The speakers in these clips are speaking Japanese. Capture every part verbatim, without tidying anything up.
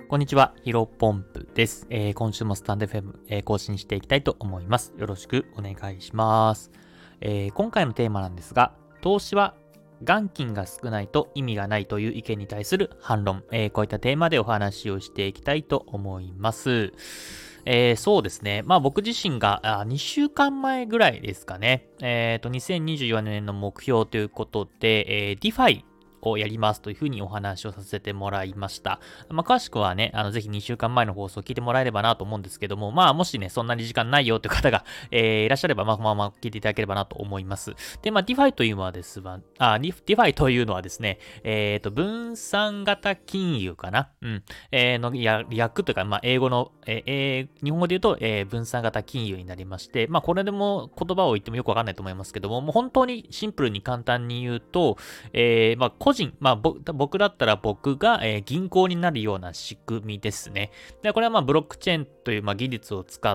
こんにちは、ヒロポンプです。えー、今週もスタンド エフエム、えー、更新していきたいと思います。よろしくお願いします。えー、今回のテーマなんですが、投資は元金が少ないと意味がないという意見に対する反論、えー、こういったテーマでお話をしていきたいと思います。えー、そうですね。まあ僕自身があにしゅうかんまえぐらいですかね。えっと、にせんにじゅうよねんの目標ということで、えー、ディファイをやりますというふうにお話をさせてもらいました。まあ、詳しくはね、あの、ぜひにしゅうかんまえの放送を聞いてもらえればなと思うんですけども、まあ、もしね、そんなに時間ないよという方が、えー、いらっしゃれば、まあ、まあ、まあ、聞いていただければなと思います。で、まあ、ディファイというのはですが、あ、ディファイというのはですね、えっと、分散型金融かなうん。えー、の、や、略というか、まあ、英語の、えー、日本語で言うと、えー、分散型金融になりまして、まあ、これでも言葉を言ってもよくわかんないと思いますけども、もう本当にシンプルに簡単に言うと、えー、まあ、個人、まあ、僕だったら僕が、えー、銀行になるような仕組みですね。で、これはまあ、ブロックチェーンという、まあ、技術を使って、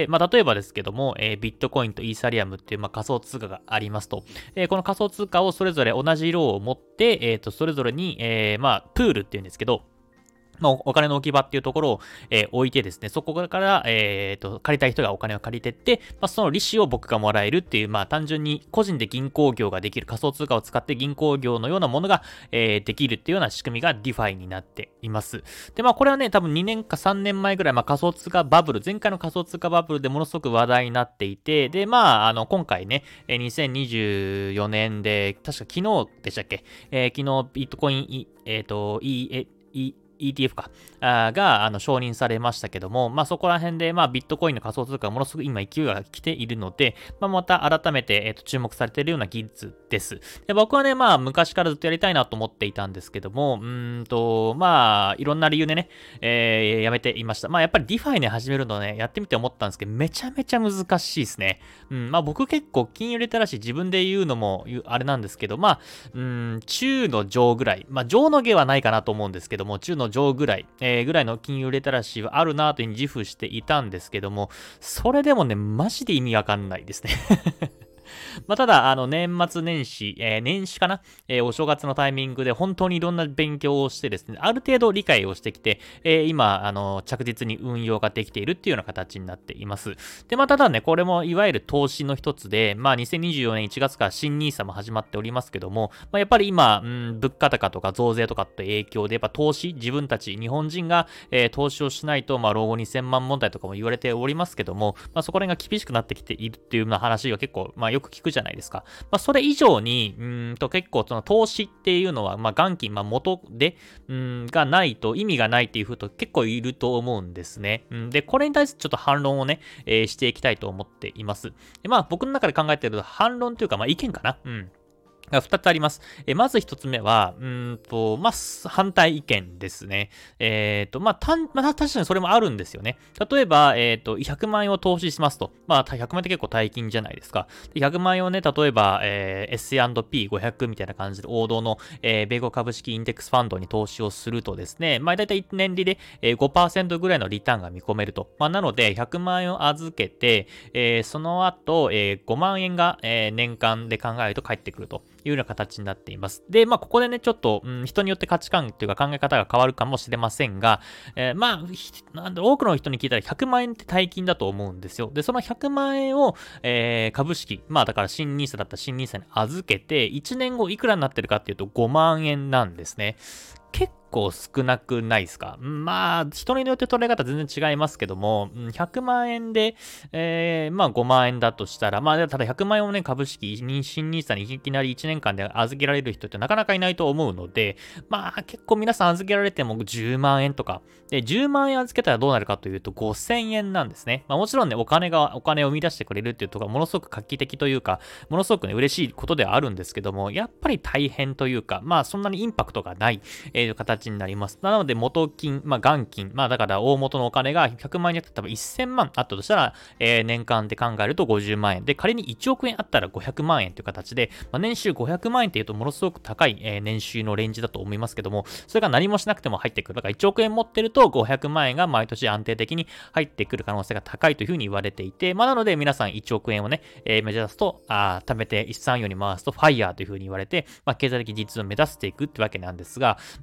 まあ、例えばですけども、えー、ビットコインとイーサリアムっていう、まあ、仮想通貨がありますと。えー、この仮想通貨をそれぞれ同じ色を持って、えっと、それぞれに、えー、まあ、プールっていうんですけど、まあ、お金の置き場っていうところを、えー、置いてですね、そこから、えー、と、借りたい人がお金を借りてって、まあ、その利子を僕がもらえるっていう、まあ、単純に個人で銀行業ができる仮想通貨を使って銀行業のようなものが、えー、できるっていうような仕組みが ディファイ になっています。で、まあ、これはね、多分にねんかさんねんまえぐらい、まあ、仮想通貨バブル、前回の仮想通貨バブルでものすごく話題になっていて、で、まあ、あの、今回ね、にせんにじゅうよねんで、確か昨日でしたっけ、えー、昨日ビットコイン、えっ、ー、と、E、え、E、イーティーエフ か、あがあの承認されましたけども、まあそこら辺で、まあビットコインの仮想通貨がものすごく今勢いが来ているので、まあまた改めて、えー、と注目されているような技術です。で僕はね、まあ昔からずっとやりたいなと思っていたんですけども、うーんと、まあいろんな理由でね、えー、やめていました。まあやっぱり ディファイ ね、始めるのね、やってみて思ったんですけど、めちゃめちゃ難しいですね。うん、まあ僕結構金融リテラシー自分で言うのもあれなんですけど、まあ、うん、中の上ぐらい、まあ上の下はないかなと思うんですけども、中の上ぐらい、えー、ぐらいの金融リテラシーはあるなというふうに自負していたんですけども、それでもね、マジで意味わかんないですねまあ、ただ、あの、年末年始、えー、年始かな、えー、お正月のタイミングで本当にいろんな勉強をしてですね、ある程度理解をしてきて、えー、今、あの、着実に運用ができているっていうような形になっています。で、まあ、ただね、これもいわゆる投資の一つで、まあ、にせんにじゅうよねんいちがつから新ニーサも始まっておりますけども、まあ、やっぱり今、うん、物価高とか増税とかって影響で、やっぱ投資、自分たち、日本人が、えー、投資をしないと、まあ、老後にせんまん問題とかも言われておりますけども、まあ、そこら辺が厳しくなってきているっていうような話が結構、まあ、よく聞くじゃないですか。まあ、それ以上に、うんと結構その投資っていうのは、まあ、元金、まあ、元で、うん、がないと意味がないっていうふうと結構いると思うんですね。うん、で、これに対してちょっと反論をね、えー、していきたいと思っています。で、まあ、僕の中で考えている反論というか、まあ、意見かな。うん。がふたつあります。えまずひとつめは、うんと、まあ、反対意見ですね。えっ、ー、と、まあ、たん、まあ、確かにそれもあるんですよね。例えば、えっ、ー、と、ひゃくまん円を投資しますと。まあ、ひゃくまん円って結構大金じゃないですか。でひゃくまん円をね、例えば、えー、エスアンドピーごひゃく みたいな感じで王道の、えー、米国株式インデックスファンドに投資をするとですね、まあ、だいたいいちねん利で、えー、ごパーセントぐらいのリターンが見込めると。まあ、なので、ひゃくまん円を預けて、えー、その後、えー、ごまん円が、えー、年間で考えると返ってくるというような形になっています。で、まあ、ここでね、ちょっと、うん、人によって価値観というか考え方が変わるかもしれませんが、えー、まあ、なん多くの人に聞いたらひゃくまん円って大金だと思うんですよ。で、そのひゃくまん円を、えー、株式、まあ、だから新ニーサだったら新ニーサに預けて、いちねんごいくらになってるかっていうとごまん円なんですね。結構少なくないですか？まあ、人によって捉え方全然違いますけども、ひゃくまん円で、えー、まあごまん円だとしたら、まあ、ただひゃくまん円をね、株式、新ニーサにいきなりいちねんかんで預けられる人ってなかなかいないと思うので、まあ、結構皆さん預けられてもじゅうまん円とか、で、じゅうまん円預けたらどうなるかというとごせんえんなんですね。まあもちろんね、お金が、お金を生み出してくれるっていうところはものすごく画期的というか、ものすごくね、嬉しいことではあるんですけども、やっぱり大変というか、まあそんなにインパクトがない、えー、形になります。なので元金、まあ元金、まあだから大元のお金がひゃくまん円にあったら多分せんまんあったとしたら、えー、年間で考えるとごじゅうまん円で、仮にいちおく円あったらごひゃくまん円という形で、まあ、年収ごひゃくまん円っていうとものすごく高い、えー、年収のレンジだと思いますけども、それが何もしなくても入ってくる。だからいちおく円持ってるとごひゃくまん円が毎年安定的に入ってくる可能性が高いというふうに言われていて、まあなので皆さんいちおく円をね、えー、目指すと、あ貯めて一産業に回すとファイヤーというふうに言われて、まあ経済的実を目指していくってわけなんですが、まあやっぱりここ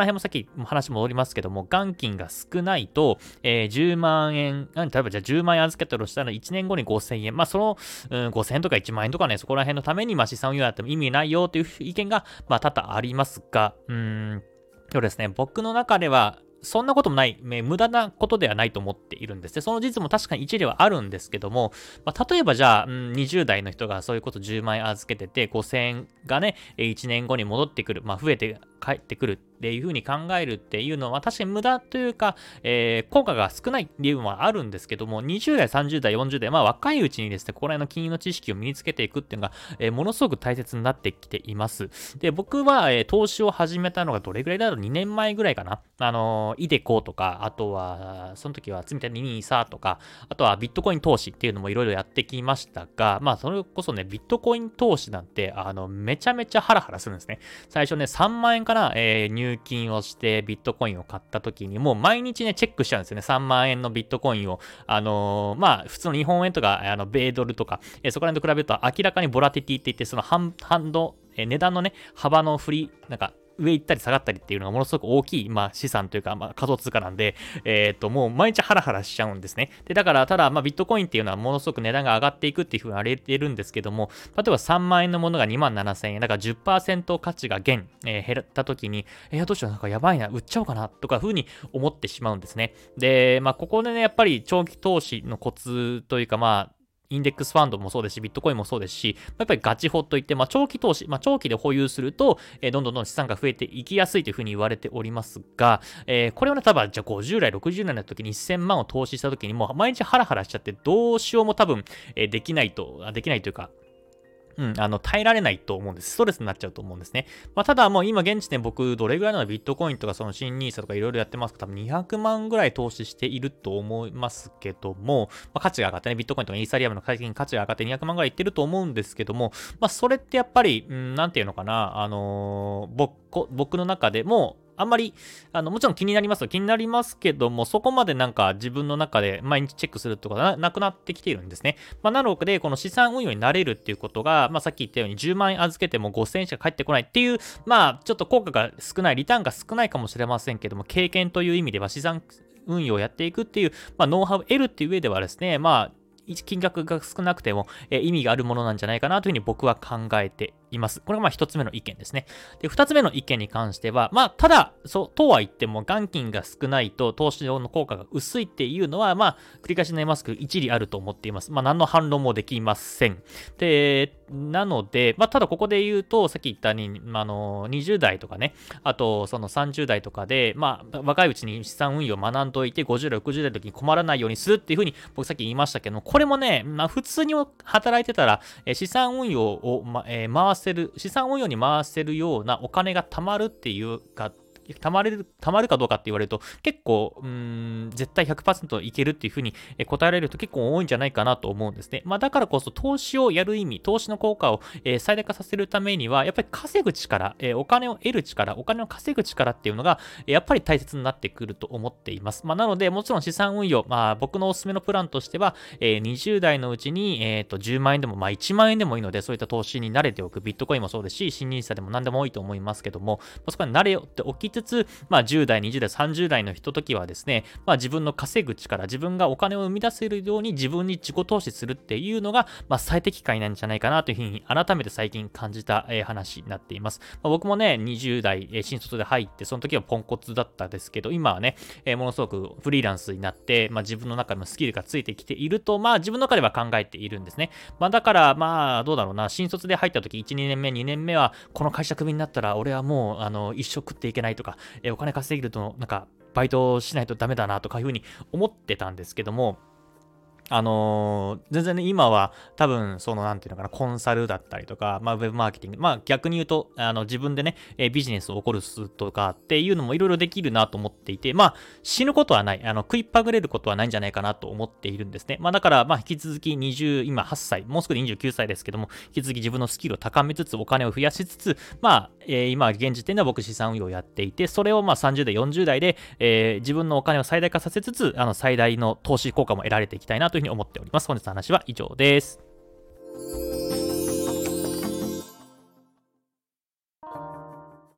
ら辺もさっき話戻りますけども、元金が少ないと、えー、じゅうまんえん、例えばじゃあじゅうまんえん預けたとしたらいちねんごにごせんえん、まあその、うん、ごせんえんとかいちまんえんとかね、そこら辺のためにまあ資産運用やっても意味ないよという意見がまあ多々ありますが、うーん、そうですね、僕の中では、そんなこともない、無駄なことではないと思っているんですね。その事実も確かに一理はあるんですけども、まあ、例えばじゃあ、うん、にじゅう代の人がそういうことじゅうまん円預けてて、ごせんえんがね、いちねんごに戻ってくる、まあ、増えて帰ってくるっていう風に考えるっていうのは、確かに無駄というか、えー、効果が少ない理由もあるんですけども、にじゅう代、さんじゅう代、よんじゅう代、まあ若いうちにですね、ここら辺の金融の知識を身につけていくっていうのが、えー、ものすごく大切になってきています。で、僕は、えー、投資を始めたのがどれぐらいだろう ?に 年前ぐらいかな。あのー、イデコとか、あとは、その時は積み立て ニーサ とか、あとはビットコイン投資っていうのもいろいろやってきましたが、まあそれこそね、ビットコイン投資なんて、あの、めちゃめちゃハラハラするんですね。最初ね、さんまん円から、えー、入金をしてビットコインを買った時に、もう毎日ね、チェックしちゃうんですよね。さんまん円のビットコインを。あのー、まあ、普通の日本円とか、あの、米ドルとか、えー、そこら辺と比べると明らかにボラティティって言って、その反、反動、えー、値段のね、幅の振り、なんか、上行ったり下がったりっていうのがものすごく大きい、まあ、資産というか、まあ、仮想通貨なんで、えっと、もう毎日ハラハラしちゃうんですね。で、だから、ただ、まあ、ビットコインっていうのはものすごく値段が上がっていくっていうふうに言われているんですけども、例えばさんまん円のものがにまんななせんえん、だから じゅっパーセント 価値が減、えー、減った時に、えー、どうしよう、なんかやばいな、売っちゃおうかな、とかふうに思ってしまうんですね。で、まあ、ここでね、やっぱり長期投資のコツというか、まあ、インデックスファンドもそうですし、ビットコインもそうですし、やっぱりガチホといって、まあ、長期投資、まあ、長期で保有すると、えー、どんどんどん資産が増えていきやすいというふうに言われておりますが、えー、これをね、多分、じゃあごじゅう代、ろくじゅう代の時にせんまんを投資した時にもう毎日ハラハラしちゃって、どうしようも多分、えー、できないと、できないというか、うん、あの、耐えられないと思うんです。ストレスになっちゃうと思うんですね。まあ、ただもう今現時点僕どれぐらいなのビットコインとかその新ニーサとかいろいろやってますか多分にひゃくまんぐらい投資していると思いますけども、まあ、価値が上がってね、ビットコインとかイーサリアムの最近価値が上がってにひゃくまんぐらいいってると思うんですけども、まあ、それってやっぱり、うん、なんていうのかな、あのー、僕、僕の中でも、あんまり、あの、もちろん気になりますよ。気になりますけども、そこまでなんか自分の中で毎日チェックするってことが な, なくなってきているんですね。まあ、なので、この資産運用になれるっていうことが、まあ、さっき言ったようにじゅうまん円預けてもごせんえんしか返ってこないっていう、まあ、ちょっと効果が少ない、リターンが少ないかもしれませんけども、経験という意味では資産運用をやっていくっていう、まあ、ノウハウを得るっていう上ではですね、まあ、金額が少なくても、えー、意味があるものなんじゃないかなというふうに僕は考えています。これがまあ一つ目の意見ですね。で、二つ目の意見に関しては、まあ、ただ、そう、とは言っても、元金が少ないと投資上の効果が薄いっていうのは、まあ、繰り返しになりますけど、一理あると思っています。まあ、何の反論もできません。で、なので、まあ、ただここで言うと、さっき言ったに、あの、にじゅう代とかね、あと、そのさんじゅう代とかで、まあ、若いうちに資産運用を学んどいて、ごじゅう代、ろくじゅう代の時に困らないようにするっていうふうに、僕さっき言いましたけども、これもね、まあ、普通に働いてたら、え資産運用を、まえー、回せる、資産運用に回せるようなお金が貯まるっていうか、たまれる、たまるかどうかって言われると、結構、うーん、絶対 ひゃくパーセント いけるっていうふうに答えられると結構多いんじゃないかなと思うんですね。まあだからこそ投資をやる意味、投資の効果を、えー、最大化させるためには、やっぱり稼ぐ力、えー、お金を得る力、お金を稼ぐ力っていうのが、やっぱり大切になってくると思っています。まあなので、もちろん資産運用、まあ僕のおすすめのプランとしては、えー、にじゅう代のうちに、えっと、じゅうまん円でも、まあいちまん円でもいいので、そういった投資に慣れておく、ビットコインもそうですし、新ニーサでも何でもいいと思いますけども、まあ、そこに慣れておきつつ、まあじゅう代、にじゅう代、さんじゅう代の人時はですね、まあ自分の稼ぐ力、自分がお金を生み出せるように自分に自己投資するっていうのが、まあ最適解なんじゃないかなというふうに改めて最近感じた、えー、話になっています。まあ、僕もね、にじゅう代、えー、新卒で入って、その時はポンコツだったですけど、今はね、えー、ものすごくフリーランスになって、まあ自分の中のスキルがついてきていると、まあ自分の中では考えているんですね。まあだから、まあどうだろうな、新卒で入った時、いち、にねんめ、にねんめは、この会社クビになったら、俺はもう、あの、一生食っていけないとか、えー、お金稼げると、なんか、バイトしないとダメだなとかいうふうに思ってたんですけども、あのー、全然ね、今は多分、その、なんていうのかな、コンサルだったりとか、まあ、ウェブマーケティング、まあ、逆に言うと、あの、自分でね、えー、ビジネスを起こるとかっていうのもいろいろできるなと思っていて、まあ、死ぬことはない、あの、食いっぱぐれることはないんじゃないかなと思っているんですね。まあ、だから、まあ、引き続きにじゅう、今はっさい、もうすぐにじゅうきゅうさいですけども、引き続き自分のスキルを高めつつ、お金を増やしつつ、まあ、えー、今、現時点では僕資産運用をやっていて、それをまあさんじゅう代、よんじゅう代で、えー、自分のお金を最大化させつつ、あの、最大の投資効果も得られていきたいなというふうに思っております。本日の話は以上です。